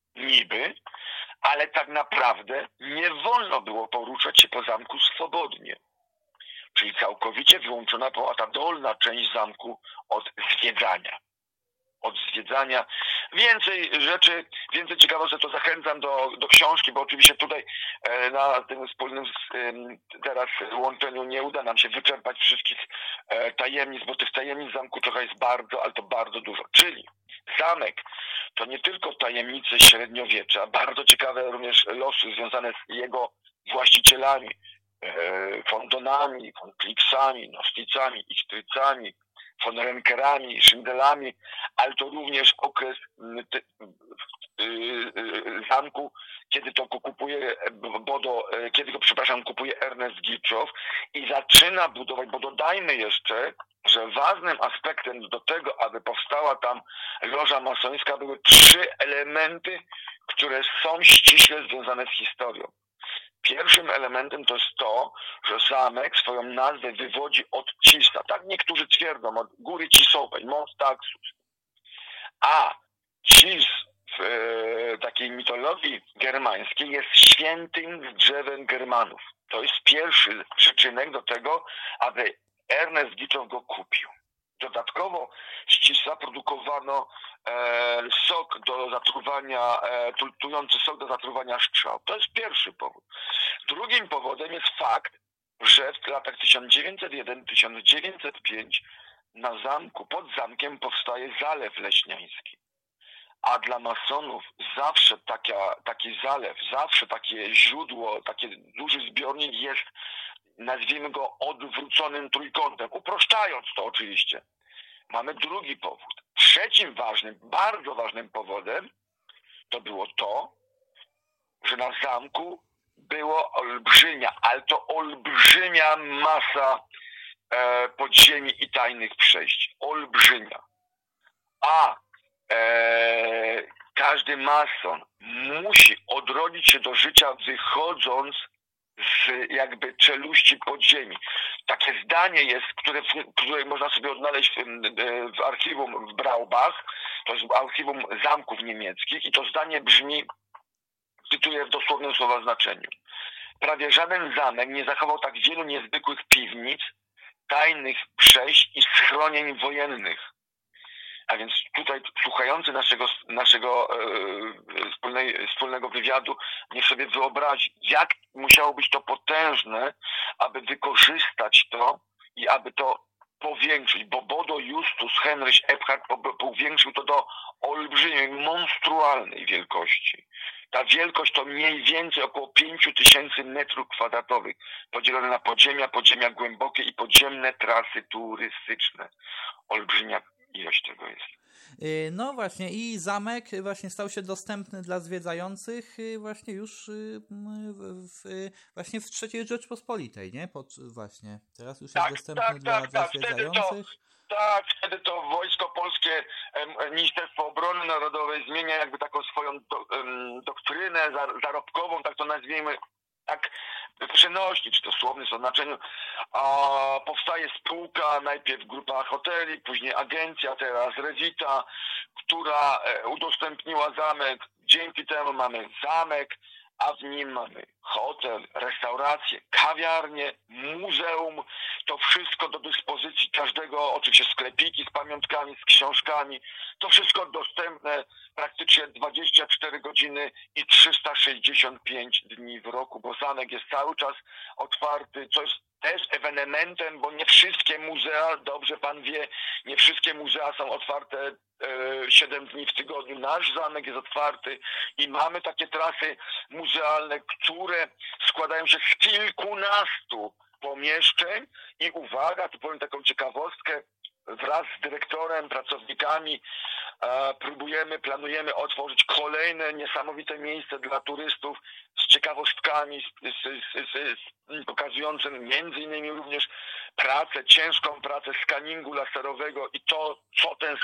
ale tak naprawdę nie wolno było poruszać się po zamku swobodnie. Czyli całkowicie wyłączona była ta dolna część zamku od zwiedzania. Więcej rzeczy, więcej ciekawostek, to zachęcam do książki, bo oczywiście tutaj na tym wspólnym teraz łączeniu nie uda nam się wyczerpać wszystkich tajemnic, bo tych tajemnic zamku trochę jest bardzo, ale to bardzo dużo. Czyli zamek to nie tylko tajemnice średniowiecza, bardzo ciekawe również losy związane z jego właścicielami, von Donami, von Kliksami, Nosticami, Ichtrycami, von Renkerami, Szyndelami, ale to również okres zamku, kiedy to kupuje kupuje Ernest Giczow i zaczyna budować, bo dodajmy jeszcze, że ważnym aspektem do tego, aby powstała tam loża masońska, były 3 elementy, które są ściśle związane z historią. Pierwszym elementem to jest to, że zamek swoją nazwę wywodzi od Cisa. Tak niektórzy twierdzą, od Góry Cisowej, Mont Taxus. A Cis w takiej mitologii germańskiej jest świętym drzewem Germanów. To jest pierwszy przyczynek do tego, aby Ernest Gittow go kupił. Dodatkowo z cisła produkowano sok do zatruwania, tultujący sok do zatruwania strzał. To jest pierwszy powód. Drugim powodem jest fakt, że w latach 1901-1905 na zamku, pod zamkiem powstaje Zalew Leśniański. A dla masonów zawsze taki zalew, zawsze takie źródło, taki duży zbiornik jest, nazwijmy go, odwróconym trójkątem, uproszczając to oczywiście. Mamy drugi powód. Trzecim ważnym, bardzo ważnym powodem to było to, że na zamku było ale to olbrzymia masa podziemi i tajnych przejść. Olbrzymia. A każdy mason musi odrodzić się do życia, wychodząc z jakby czeluści podziemi. Takie zdanie jest, które można sobie odnaleźć w archiwum w Braubach, to jest archiwum zamków niemieckich i to zdanie brzmi, cytuję w dosłownym słowa znaczeniu: prawie żaden zamek nie zachował tak wielu niezwykłych piwnic, tajnych przejść i schronień wojennych. A więc tutaj słuchający naszego wspólnego wywiadu niech sobie wyobrazi, jak musiało być to potężne, aby wykorzystać to i aby to powiększyć, bo Bodo Justus Heinrich Ebhard powiększył to do olbrzymiej, monstrualnej wielkości. Ta wielkość to mniej więcej około 5000 metrów kwadratowych, podzielone na podziemia głębokie i podziemne trasy turystyczne. Olbrzymia ilość tego jest. No właśnie, i zamek właśnie stał się dostępny dla zwiedzających właśnie już właśnie w III Rzeczpospolitej, nie? Właśnie, teraz już jest dostępny dla zwiedzających. Wtedy to Wojsko Polskie, Ministerstwo Obrony Narodowej zmienia jakby taką swoją doktrynę zarobkową, tak to nazwijmy, tak przenośni, czy to słownym znaczeniu, powstaje spółka, najpierw grupa hoteli, później agencja, teraz Revita, która udostępniła zamek. Dzięki temu mamy zamek, a w nim mamy hotel, restaurację, kawiarnię, muzeum, to wszystko do dyspozycji każdego, oczywiście sklepiki z pamiątkami, z książkami, to wszystko dostępne praktycznie 24 godziny i 365 dni w roku, bo zamek jest cały czas otwarty, co jest też ewenementem, bo nie wszystkie muzea, dobrze pan wie, nie wszystkie muzea są otwarte 7 dni w tygodniu. Nasz zamek jest otwarty i mamy takie trasy muzealne, które składają się z kilkunastu pomieszczeń i uwaga, tu powiem taką ciekawostkę, wraz z dyrektorem, pracownikami planujemy otworzyć kolejne niesamowite miejsce dla turystów z ciekawostkami, pokazującym między innymi również ciężką pracę skaningu laserowego i to, co ten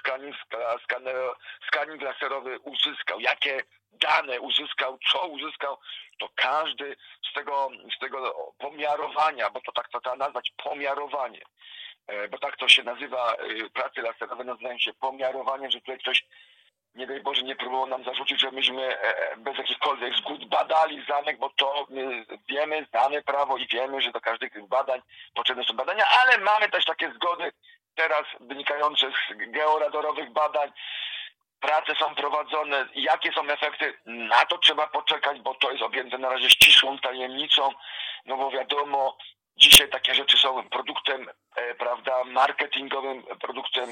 skaning laserowy uzyskał, jakie dane uzyskał, co uzyskał, to każdy z tego pomiarowania, bo to tak to trzeba nazwać pomiarowanie, bo tak to się nazywa, prace laserowe nazywają się pomiarowaniem, że tutaj ktoś, nie daj Boże, nie próbował nam zarzucić, że myśmy bez jakichkolwiek zgód badali zamek, bo to wiemy, znamy prawo i wiemy, że do każdych badań potrzebne są badania, ale mamy też takie zgody teraz wynikające z georadorowych badań. Prace są prowadzone, jakie są efekty, na to trzeba poczekać, bo to jest objęte na razie ścisłą tajemnicą, no bo wiadomo, dzisiaj takie rzeczy są produktem, prawda, marketingowym, produktem,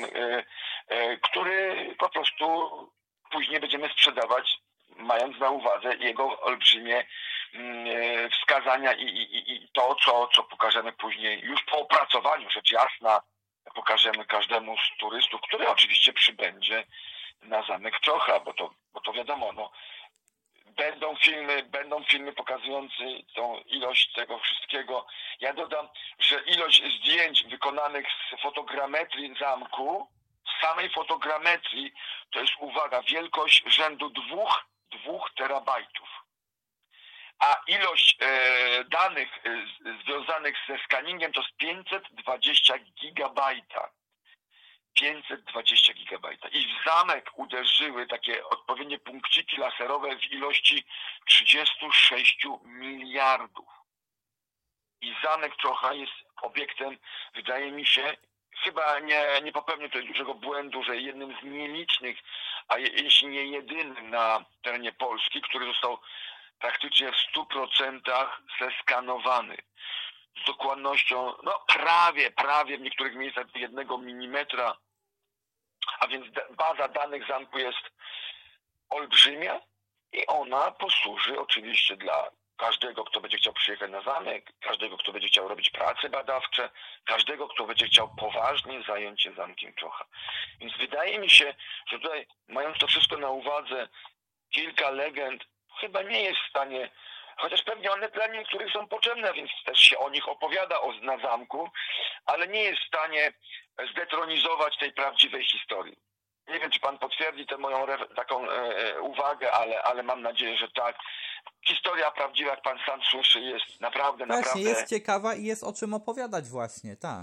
który po prostu później będziemy sprzedawać, mając na uwadze jego olbrzymie wskazania i to, co pokażemy później, już po opracowaniu, rzecz jasna, pokażemy każdemu z turystów, który oczywiście przybędzie na zamek Czocha, bo to wiadomo, no, będą filmy pokazujące tą ilość tego wszystkiego. Ja dodam, że ilość zdjęć wykonanych z fotogrametrii zamku, z samej fotogrametrii, to jest, uwaga, wielkość rzędu 2 terabajtów. A ilość danych związanych ze skaningiem to jest 520 gigabajta. 520 gigabajta. I w zamek uderzyły takie odpowiednie punkciki laserowe w ilości 36 miliardów. I zamek Czocha jest obiektem, wydaje mi się, chyba nie popełnię tutaj dużego błędu, że jednym z nielicznych, a jeśli nie jedynym na terenie Polski, który został praktycznie w 100% zeskanowany. Z dokładnością, no prawie w niektórych miejscach do 1 milimetra, a więc baza danych zamku jest olbrzymia i ona posłuży oczywiście dla każdego, kto będzie chciał przyjechać na zamek, każdego, kto będzie chciał robić prace badawcze, każdego, kto będzie chciał poważnie zająć się Zamkiem Czocha. Więc wydaje mi się, że tutaj, mając to wszystko na uwadze, kilka legend chyba nie jest w stanie, chociaż pewnie one dla niektórych są potrzebne, więc też się o nich opowiada na zamku, ale nie jest w stanie zdetronizować tej prawdziwej historii. Nie wiem, czy pan potwierdzi tę moją taką uwagę, ale mam nadzieję, że tak. Historia prawdziwa, jak pan sam słyszy, jest naprawdę... Właśnie, jest ciekawa i jest o czym opowiadać właśnie, tak.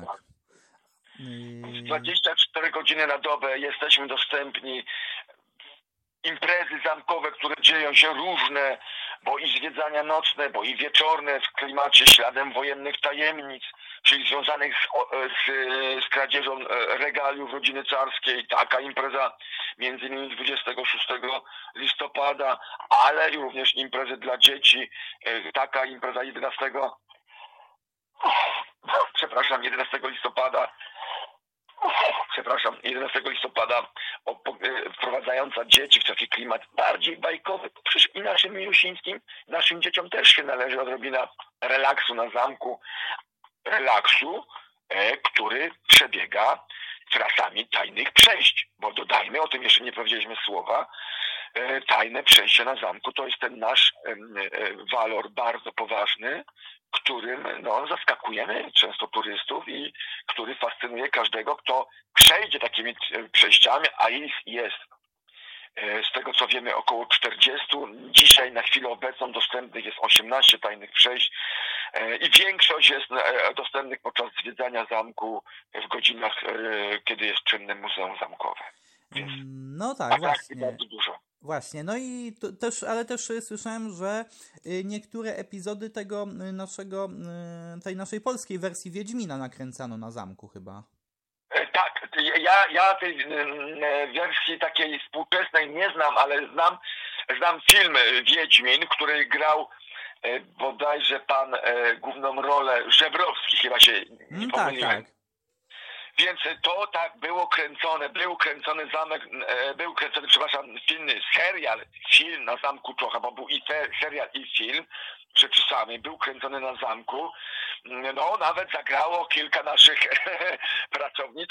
24 godziny na dobę jesteśmy dostępni. Imprezy zamkowe, które dzieją się różne, bo i zwiedzania nocne, bo i wieczorne w klimacie śladem wojennych tajemnic, czyli związanych z kradzieżą regaliów rodziny carskiej. Taka impreza między innymi 26 listopada, ale również imprezy dla dzieci. Taka impreza 11 listopada wprowadzająca dzieci w taki klimat bardziej bajkowy. Przecież i naszym milusińskim, naszym dzieciom też się należy odrobina relaksu na zamku. Relaksu, który przebiega trasami tajnych przejść. Bo dodajmy, o tym jeszcze nie powiedzieliśmy słowa, tajne przejście na zamku to jest ten nasz walor bardzo poważny, którym zaskakujemy często turystów i który fascynuje każdego, kto przejdzie takimi przejściami, a ich jest z tego co wiemy około 40. Dzisiaj na chwilę obecną dostępnych jest 18 tajnych przejść i większość jest dostępnych podczas zwiedzania zamku w godzinach, kiedy jest czynne Muzeum Zamkowe. Więc no tak, właśnie. Bardzo dużo. Właśnie, no i ale też słyszałem, że niektóre epizody tej naszej polskiej wersji Wiedźmina nakręcano na zamku chyba. Tak, ja tej wersji takiej współczesnej nie znam, ale znam film Wiedźmin, który grał bodajże pan główną rolę Żebrowski, chyba się nie pomyliłem. Tak. Więc to tak był kręcony zamek, film na Zamku Czocha, bo był i serial i film, rzeczy samej, był kręcony na zamku. No, nawet zagrało kilka naszych pracownic,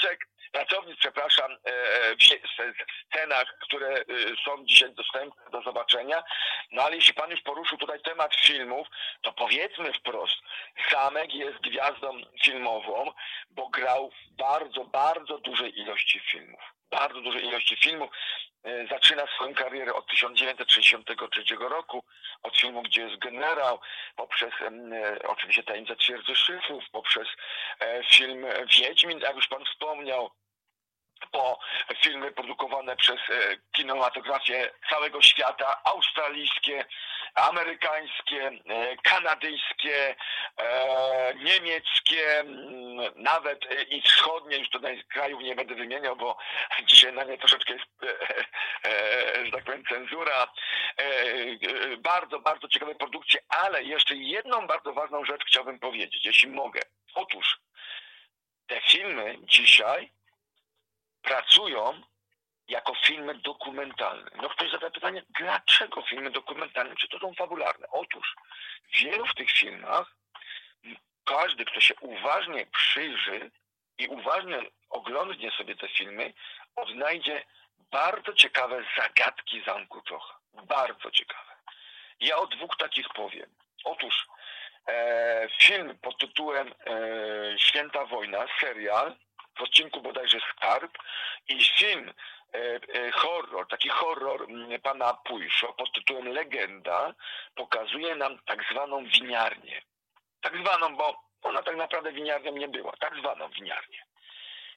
w scenach, które są dzisiaj dostępne do zobaczenia. No ale jeśli pan już poruszył tutaj temat filmów, to powiedzmy wprost, zamek jest gwiazdą filmową, bo grał w bardzo, bardzo dużej ilości filmów. Bardzo dużej ilości filmów. Zaczyna swoją karierę od 1963 roku, od filmu Gdzie jest generał, poprzez oczywiście Tajemnica Twierdzy Szyfrów, poprzez film Wiedźmin, jak już pan wspomniał, po filmy produkowane przez kinematografię całego świata, australijskie, amerykańskie, kanadyjskie, niemieckie, nawet i wschodnie, już tutaj krajów nie będę wymieniał, bo dzisiaj na nie troszeczkę jest, że tak powiem, cenzura. Bardzo, bardzo ciekawe produkcje, ale jeszcze jedną bardzo ważną rzecz chciałbym powiedzieć, jeśli mogę. Otóż te filmy dzisiaj pracują jako filmy dokumentalne. No ktoś zada pytanie, dlaczego filmy dokumentalne, czy to są fabularne? Otóż w wielu w tych filmach każdy, kto się uważnie przyjrzy i uważnie oglądnie sobie te filmy, odnajdzie bardzo ciekawe zagadki Zamku Czocha. Bardzo ciekawe. Ja o dwóch takich powiem. Otóż film pod tytułem Święta Wojna, serial, w odcinku bodajże Skarb, i film taki horror pana Pujszo pod tytułem Legenda pokazuje nam tak zwaną winiarnię. Tak zwaną, bo ona tak naprawdę winiarnią nie była. Tak zwaną winiarnię.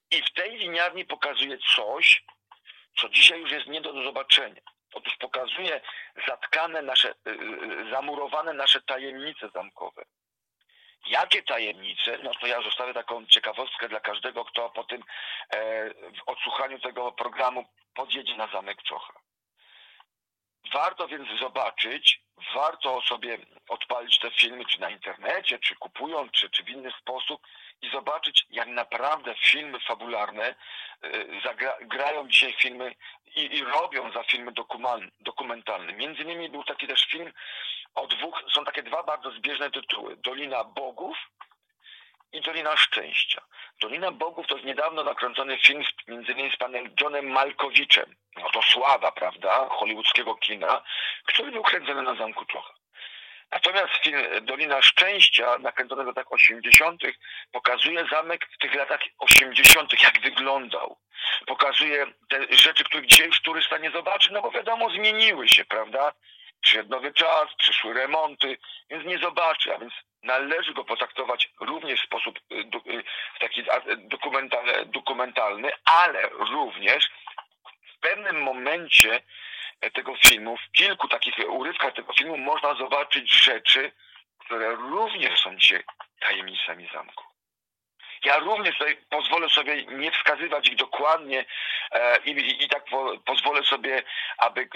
I w tej winiarni pokazuje coś, co dzisiaj już jest nie do zobaczenia. Otóż pokazuje zatkane nasze, zamurowane nasze tajemnice zamkowe. Jakie tajemnice? No to ja zostawię taką ciekawostkę dla każdego, kto po tym w odsłuchaniu tego programu podjedzie na Zamek Czocha. Warto więc zobaczyć, warto sobie odpalić te filmy, czy na internecie, czy kupując, czy w inny sposób i zobaczyć, jak naprawdę filmy fabularne grają dzisiaj filmy i robią za filmy dokumentalne. Między innymi był taki też film są takie dwa bardzo zbieżne tytuły. Dolina Bogów i Dolina Szczęścia. Dolina Bogów to jest niedawno nakręcony film między innymi z panem Johnem Malkowiczem. No to sława, prawda, hollywoodzkiego kina, który był kręcony na Zamku Czocha. Natomiast film Dolina Szczęścia, nakręcony w latach 80., pokazuje zamek w tych latach 80., jak wyglądał. Pokazuje te rzeczy, których dzisiaj już turysta nie zobaczy, no bo wiadomo, zmieniły się, prawda? Przyszedł nowy czas, przyszły remonty, więc nie zobaczy, a więc należy go potraktować również w sposób taki dokumentalny, ale również w pewnym momencie tego filmu, w kilku takich urywkach tego filmu można zobaczyć rzeczy, które również są dzisiaj tajemnicami zamku. Ja również tutaj pozwolę sobie nie wskazywać ich dokładnie i tak pozwolę sobie, aby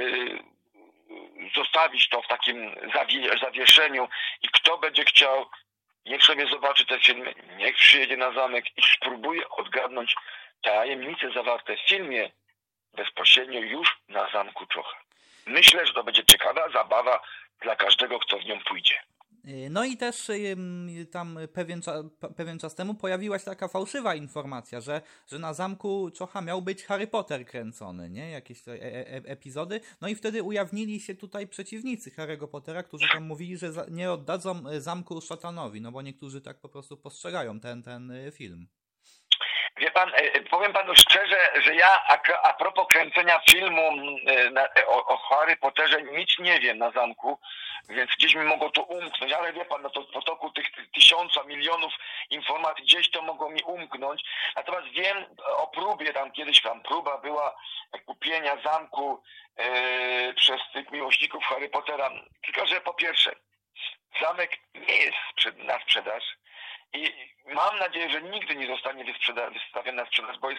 zostawić to w takim zawieszeniu i kto będzie chciał, niech sobie zobaczy te filmy, niech przyjedzie na zamek i spróbuje odgadnąć tajemnice zawarte w filmie bezpośrednio już na Zamku Czocha. Myślę, że to będzie ciekawa zabawa dla każdego, kto w nią pójdzie. No i też tam pewien czas temu pojawiła się taka fałszywa informacja, że na Zamku Czocha miał być Harry Potter kręcony, nie? Jakieś epizody. No i wtedy ujawnili się tutaj przeciwnicy Harry'ego Pottera, którzy tam mówili, że nie oddadzą zamku szatanowi, no bo niektórzy tak po prostu postrzegają ten film. Wie pan, powiem panu szczerze, że ja a propos kręcenia filmu o Harry Potterze nic nie wiem na zamku, więc gdzieś mi mogło to umknąć, ale wie pan, no to w potoku tych tysiąca, milionów informacji gdzieś to mogło mi umknąć. Natomiast wiem o próbie, tam kiedyś tam próba była kupienia zamku przez tych miłośników Harry Pottera. Tylko że po pierwsze, zamek nie jest na sprzedaż. I mam nadzieję, że nigdy nie zostanie wystawiony na sprzedaż, bo jest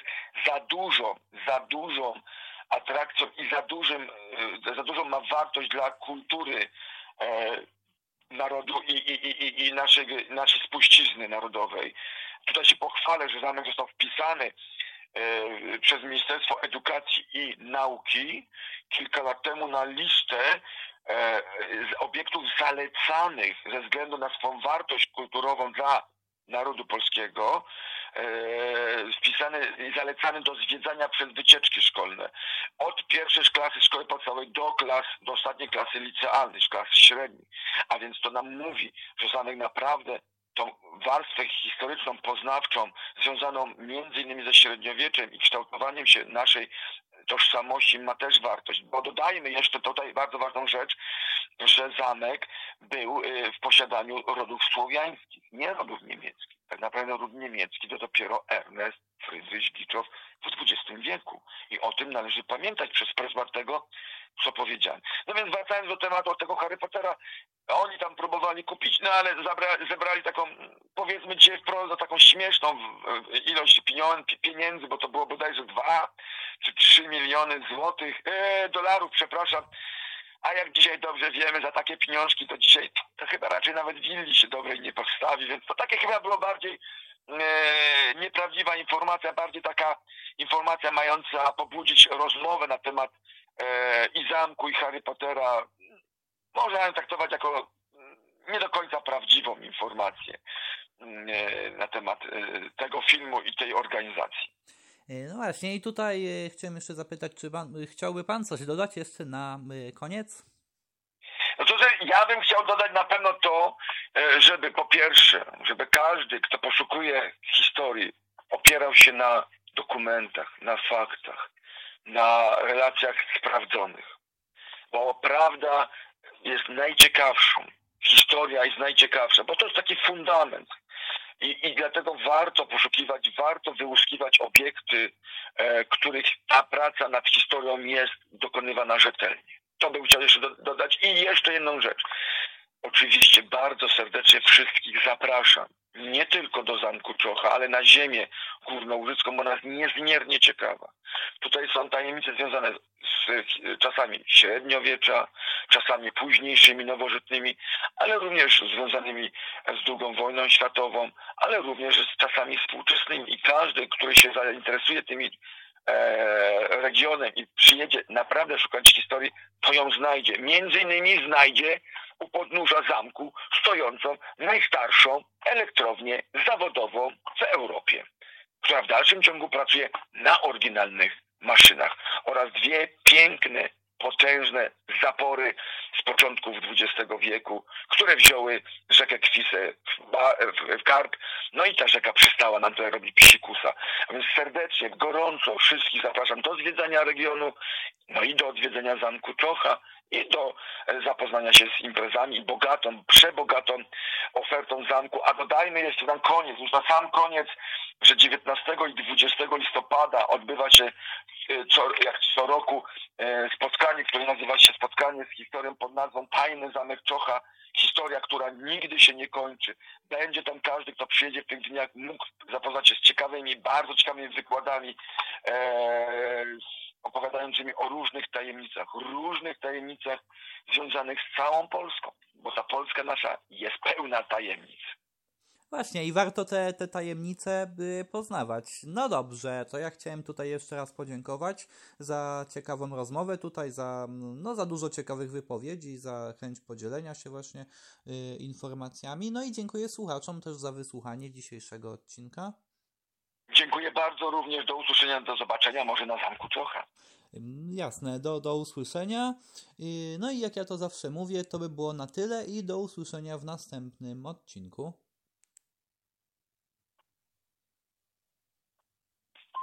za dużą atrakcją i za dużą ma wartość dla kultury narodu i naszej spuścizny narodowej. Tutaj się pochwalę, że zamek został wpisany przez Ministerstwo Edukacji i Nauki kilka lat temu na listę obiektów zalecanych ze względu na swą wartość kulturową dla narodu polskiego, wpisany i zalecany do zwiedzania przez wycieczki szkolne. Od pierwszej klasy szkoły podstawowej do ostatniej klasy licealnej, klasy średniej. A więc to nam mówi, że zamek naprawdę tą warstwę historyczną, poznawczą, związaną między innymi ze średniowieczem i kształtowaniem się naszej tożsamości ma też wartość. Bo dodajmy jeszcze tutaj bardzo ważną rzecz, że zamek był w posiadaniu rodów słowiańskich, nie rodów niemieckich. Tak naprawdę ród niemiecki to dopiero Ernest Friedrich Bischoff w XX wieku. I o tym należy pamiętać przez pryzmat tego, co powiedziałem. No więc wracając do tematu tego Harry Pottera, oni tam próbowali kupić, no ale zebrali taką, powiedzmy dzisiaj wprost, no, taką śmieszną ilość pieniędzy, bo to było bodajże 2 czy 3 miliony złotych, dolarów, przepraszam. A jak dzisiaj dobrze wiemy, za takie pieniążki to dzisiaj to chyba raczej nawet willi się dobrej nie postawi, więc to takie chyba było bardziej nieprawdziwa informacja, bardziej taka informacja mająca pobudzić rozmowę na temat i zamku, i Harry Pottera. Można ją traktować jako nie do końca prawdziwą informację na temat tego filmu i tej organizacji. No właśnie, i tutaj chciałem jeszcze zapytać, czy chciałby pan coś dodać jeszcze na koniec? No to, że ja bym chciał dodać na pewno to, żeby po pierwsze, żeby każdy, kto poszukuje historii, opierał się na dokumentach, na faktach, na relacjach sprawdzonych. Bo prawda jest najciekawszą. Historia jest najciekawsza, bo to jest taki fundament. I dlatego warto poszukiwać, warto wyłuskiwać obiekty, których ta praca nad historią jest dokonywana rzetelnie. To bym chciał jeszcze dodać. I jeszcze jedną rzecz. Oczywiście bardzo serdecznie wszystkich zapraszam, nie tylko do Zamku Czocha, ale na ziemię górnołużycką, bo ona jest niezmiernie ciekawa. Tutaj są tajemnice związane z czasami średniowiecza, czasami późniejszymi, nowożytnymi, ale również związanymi z II wojną światową, ale również z czasami współczesnymi. I każdy, który się zainteresuje tymi regionem i przyjedzie naprawdę szukać historii, to ją znajdzie. Między innymi znajdzie u podnóża zamku stojącą najstarszą elektrownię zawodową w Europie, która w dalszym ciągu pracuje na oryginalnych maszynach, oraz dwie piękne, potężne zapory z początków XX wieku, które wzięły rzekę Kwisę w garb, no i ta rzeka przestała nam tutaj robić psikusa. A więc serdecznie, gorąco wszystkich zapraszam do zwiedzania regionu, no i do odwiedzenia Zamku Czocha i do zapoznania się z imprezami i przebogatą ofertą zamku. A dodajmy jeszcze na koniec, już na sam koniec, że 19 i 20 listopada odbywa się jak co roku spotkanie, które nazywa się Spotkanie z historią pod nazwą Tajny Zamek Czocha. Historia, która nigdy się nie kończy. Będzie tam każdy, kto przyjedzie w tych dniach, mógł zapoznać się z ciekawymi, bardzo ciekawymi wykładami opowiadającymi o różnych tajemnicach związanych z całą Polską, bo ta Polska nasza jest pełna tajemnic. Właśnie i warto te tajemnice poznawać. No dobrze, to ja chciałem tutaj jeszcze raz podziękować za ciekawą rozmowę tutaj, za dużo ciekawych wypowiedzi, za chęć podzielenia się właśnie informacjami. No i dziękuję słuchaczom też za wysłuchanie dzisiejszego odcinka. Dziękuję bardzo również, do usłyszenia, do zobaczenia może na Zamku Czocha. Jasne, do usłyszenia. No i jak ja to zawsze mówię, to by było na tyle i do usłyszenia w następnym odcinku.